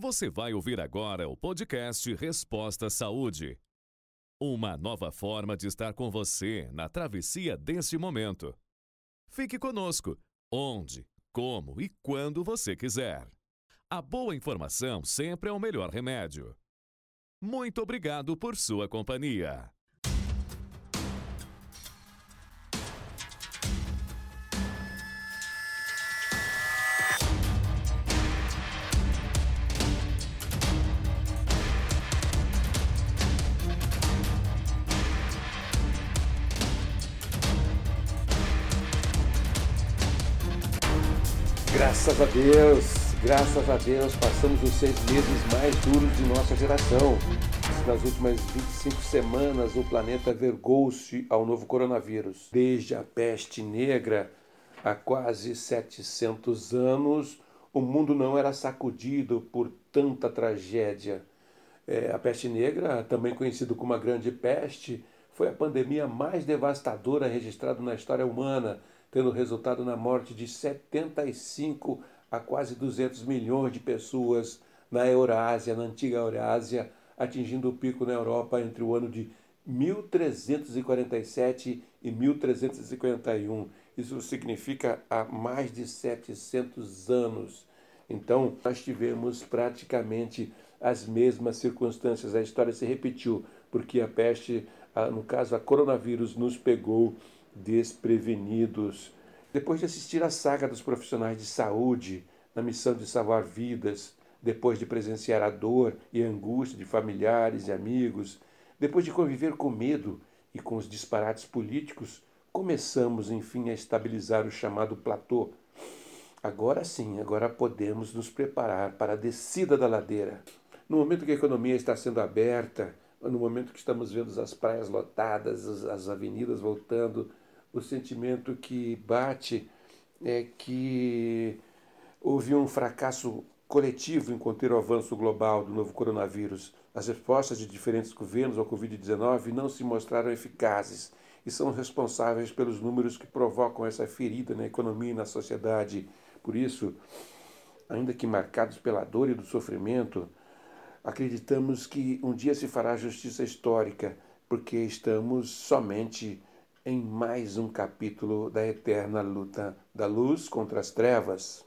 Você vai ouvir agora o podcast Resposta Saúde. Uma nova forma de estar com você na travessia deste momento. Fique conosco, onde, como e quando você quiser. A boa informação sempre é o melhor remédio. Muito obrigado por sua companhia. Graças a Deus, passamos os 6 meses mais duros de nossa geração. Nas últimas 25 semanas, o planeta vergou-se ao novo coronavírus. Desde a peste negra, há quase 700 anos, o mundo não era sacudido por tanta tragédia. A peste negra, também conhecida como a Grande Peste, foi a pandemia mais devastadora registrada na história humana, tendo resultado na morte de 75 a quase 200 milhões de pessoas na Eurásia, na antiga Eurásia, atingindo o pico na Europa entre o ano de 1347 e 1351. Isso significa há mais de 700 anos. Então, nós tivemos praticamente as mesmas circunstâncias. A história se repetiu, porque a peste, no caso a coronavírus, nos pegou desprevenidos. Depois de assistir à saga dos profissionais de saúde na missão de salvar vidas, depois de presenciar a dor e a angústia de familiares e amigos, depois de conviver com medo e com os disparates políticos, começamos, enfim, a estabilizar o chamado platô. Agora sim, agora podemos nos preparar para a descida da ladeira. No momento que a economia está sendo aberta, no momento que estamos vendo as praias lotadas, as avenidas voltando, o sentimento que bate é que houve um fracasso coletivo em conter o avanço global do novo coronavírus. As respostas de diferentes governos ao Covid-19 não se mostraram eficazes e são responsáveis pelos números que provocam essa ferida na economia e na sociedade. Por isso, ainda que marcados pela dor e do sofrimento, acreditamos que um dia se fará justiça histórica, porque estamos somente em mais um capítulo da eterna luta da luz contra as trevas.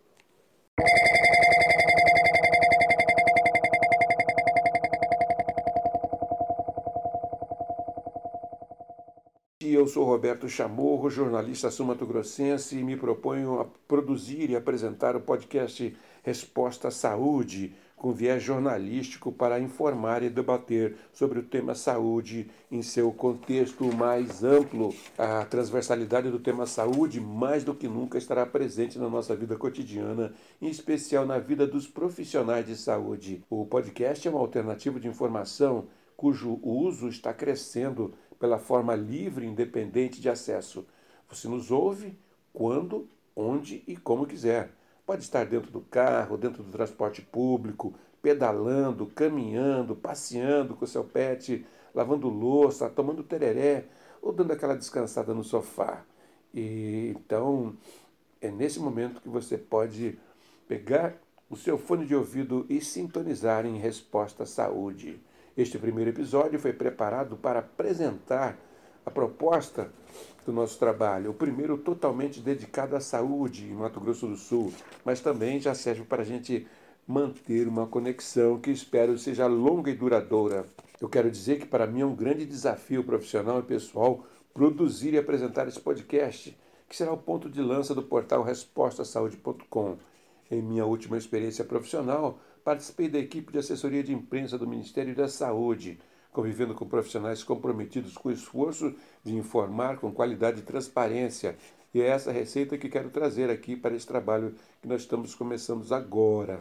Eu sou Roberto Chamorro, jornalista sul-mato-grossense, e me proponho a produzir e apresentar o podcast Resposta Saúde, com viés jornalístico para informar e debater sobre o tema saúde em seu contexto mais amplo. A transversalidade do tema saúde, mais do que nunca, estará presente na nossa vida cotidiana, em especial na vida dos profissionais de saúde. O podcast é uma alternativa de informação cujo uso está crescendo pela forma livre e independente de acesso. Você nos ouve quando, onde e como quiser. Pode estar dentro do carro, dentro do transporte público, pedalando, caminhando, passeando com seu pet, lavando louça, tomando tereré ou dando aquela descansada no sofá. E então é nesse momento que você pode pegar o seu fone de ouvido e sintonizar em Resposta Saúde. Este primeiro episódio foi preparado para apresentar a proposta do nosso trabalho, o primeiro totalmente dedicado à saúde em Mato Grosso do Sul, mas também já serve para a gente manter uma conexão que espero seja longa e duradoura. Eu quero dizer que para mim é um grande desafio profissional e pessoal produzir e apresentar esse podcast, que será o ponto de lança do portal respostasaude.com. Em minha última experiência profissional, participei da equipe de assessoria de imprensa do Ministério da Saúde, convivendo com profissionais comprometidos com o esforço de informar com qualidade e transparência. E é essa receita que quero trazer aqui para esse trabalho que nós estamos começando agora.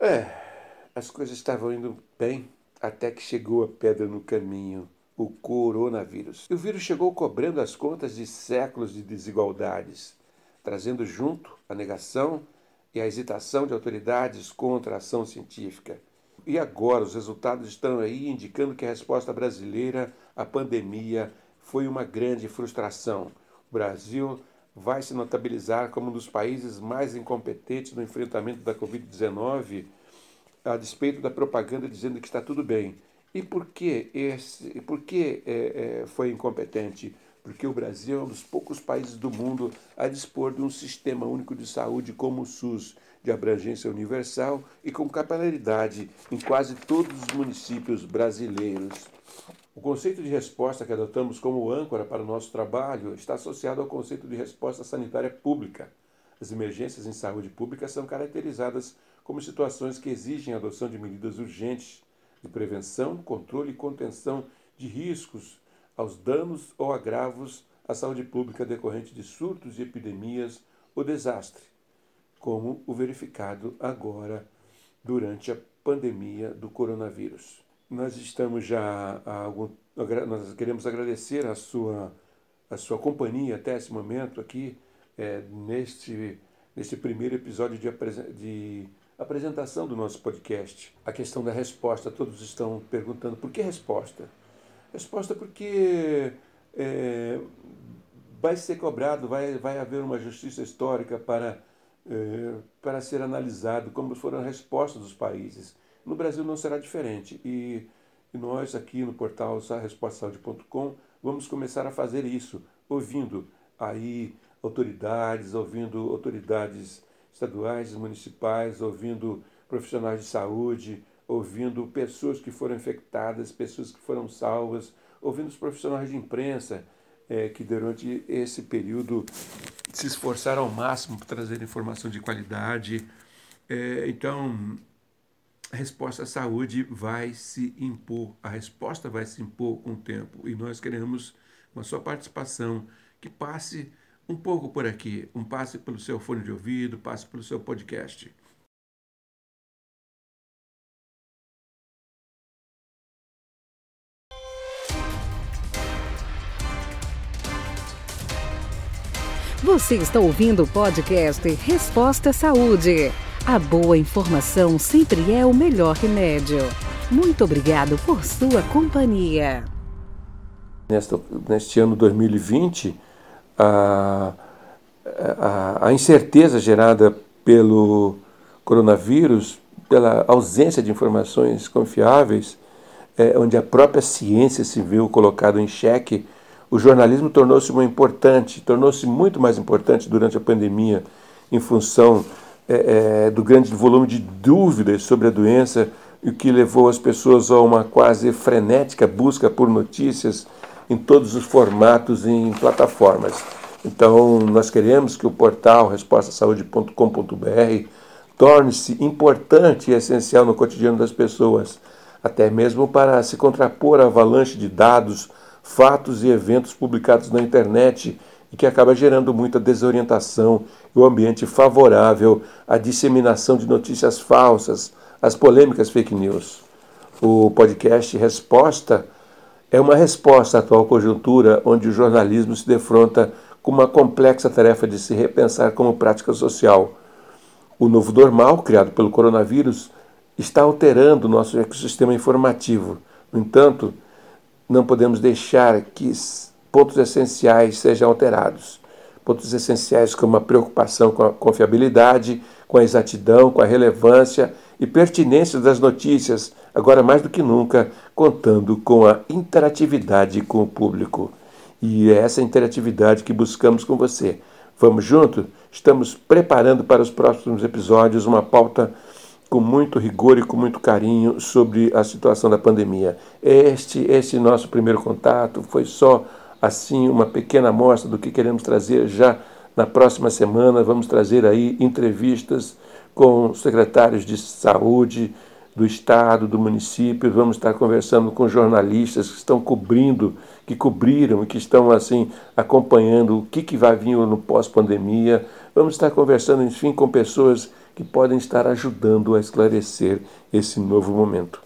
As coisas estavam indo bem até que chegou a pedra no caminho, o coronavírus. E o vírus chegou cobrando as contas de séculos de desigualdades, trazendo junto a negação e a hesitação de autoridades contra a ação científica. E agora os resultados estão aí indicando que a resposta brasileira à pandemia foi uma grande frustração. O Brasil vai se notabilizar como um dos países mais incompetentes no enfrentamento da Covid-19 a despeito da propaganda dizendo que está tudo bem. E por que foi incompetente? Porque o Brasil é um dos poucos países do mundo a dispor de um sistema único de saúde como o SUS, de abrangência universal e com capilaridade em quase todos os municípios brasileiros. O conceito de resposta que adotamos como âncora para o nosso trabalho está associado ao conceito de resposta sanitária pública. As emergências em saúde pública são caracterizadas como situações que exigem a adoção de medidas urgentes de prevenção, controle e contenção de riscos aos danos ou agravos à saúde pública decorrente de surtos e epidemias ou desastre, como o verificado agora durante a pandemia do coronavírus. Nós queremos agradecer a sua companhia até esse momento aqui, neste primeiro episódio de apresentação do nosso podcast. A questão da resposta, todos estão perguntando por que resposta? Resposta porque vai ser cobrado, vai haver uma justiça histórica para ser analisado como foram as respostas dos países. No Brasil não será diferente e nós aqui no portal respostasaude.com vamos começar a fazer isso, ouvindo autoridades estaduais e municipais, ouvindo profissionais de saúde, ouvindo pessoas que foram infectadas, pessoas que foram salvas, ouvindo os profissionais de imprensa que durante esse período se esforçaram ao máximo para trazer informação de qualidade. Então, a resposta à saúde vai se impor, a resposta vai se impor com o tempo e nós queremos, com a sua participação, que passe um pouco por aqui, passe pelo seu fone de ouvido, passe pelo seu podcast. Você está ouvindo o podcast Resposta Saúde. A boa informação sempre é o melhor remédio. Muito obrigado por sua companhia. Neste ano 2020, a incerteza gerada pelo coronavírus, pela ausência de informações confiáveis, onde a própria ciência se viu colocada em xeque, o jornalismo tornou-se muito mais importante durante a pandemia, em função do grande volume de dúvidas sobre a doença, o que levou as pessoas a uma quase frenética busca por notícias em todos os formatos e em plataformas. Então, nós queremos que o portal respostasaude.com.br torne-se importante e essencial no cotidiano das pessoas, até mesmo para se contrapor à avalanche de dados, fatos e eventos publicados na internet e que acaba gerando muita desorientação e um ambiente favorável à disseminação de notícias falsas, às polêmicas fake news. O podcast Resposta é uma resposta à atual conjuntura onde o jornalismo se defronta com uma complexa tarefa de se repensar como prática social. O novo normal, criado pelo coronavírus, está alterando o nosso ecossistema informativo. No entanto, não podemos deixar que pontos essenciais sejam alterados. Pontos essenciais como a preocupação com a confiabilidade, com a exatidão, com a relevância e pertinência das notícias, agora mais do que nunca, contando com a interatividade com o público. E é essa interatividade que buscamos com você. Vamos junto? Estamos preparando para os próximos episódios uma pauta com muito rigor e com muito carinho sobre a situação da pandemia. Este nosso primeiro contato foi só assim uma pequena amostra do que queremos trazer já na próxima semana. Vamos trazer aí entrevistas com secretários de saúde do estado, do município. Vamos estar conversando com jornalistas que estão que cobriram e que estão assim acompanhando o que vai vir no pós-pandemia. Vamos estar conversando, enfim, com pessoas que podem estar ajudando a esclarecer esse novo momento.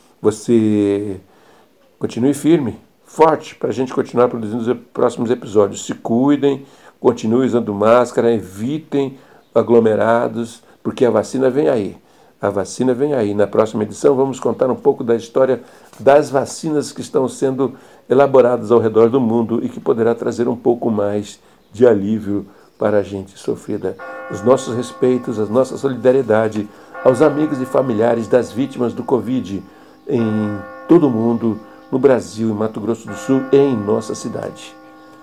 Você continue firme, forte, para a gente continuar produzindo os próximos episódios. Se cuidem, continuem usando máscara, evitem aglomerados, porque a vacina vem aí. A vacina vem aí. Na próxima edição vamos contar um pouco da história das vacinas que estão sendo elaboradas ao redor do mundo e que poderá trazer um pouco mais de alívio para a gente sofrida. Os nossos respeitos, a nossa solidariedade aos amigos e familiares das vítimas do Covid em todo o mundo, no Brasil, em Mato Grosso do Sul e em nossa cidade.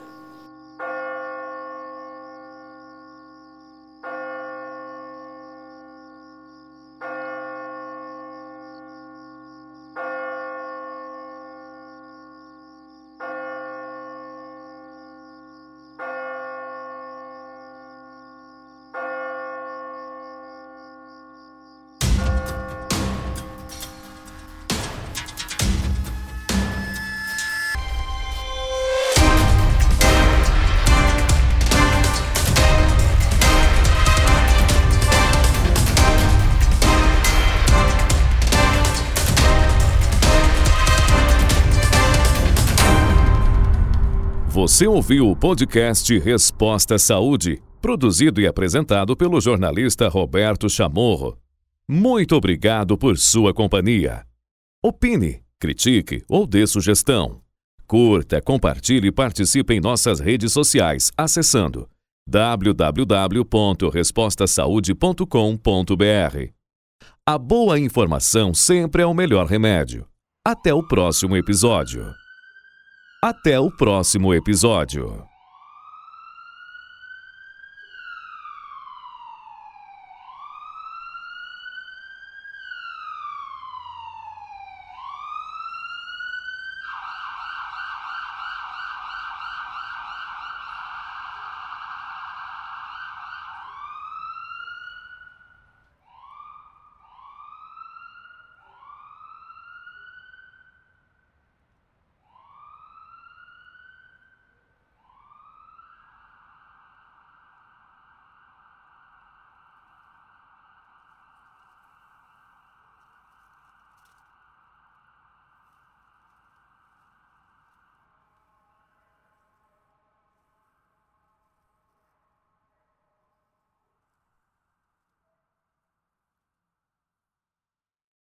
Você ouviu o podcast Resposta Saúde, produzido e apresentado pelo jornalista Roberto Chamorro. Muito obrigado por sua companhia. Opine, critique ou dê sugestão. Curta, compartilhe e participe em nossas redes sociais acessando www.respostasaude.com.br. A boa informação sempre é o melhor remédio. Até o próximo episódio.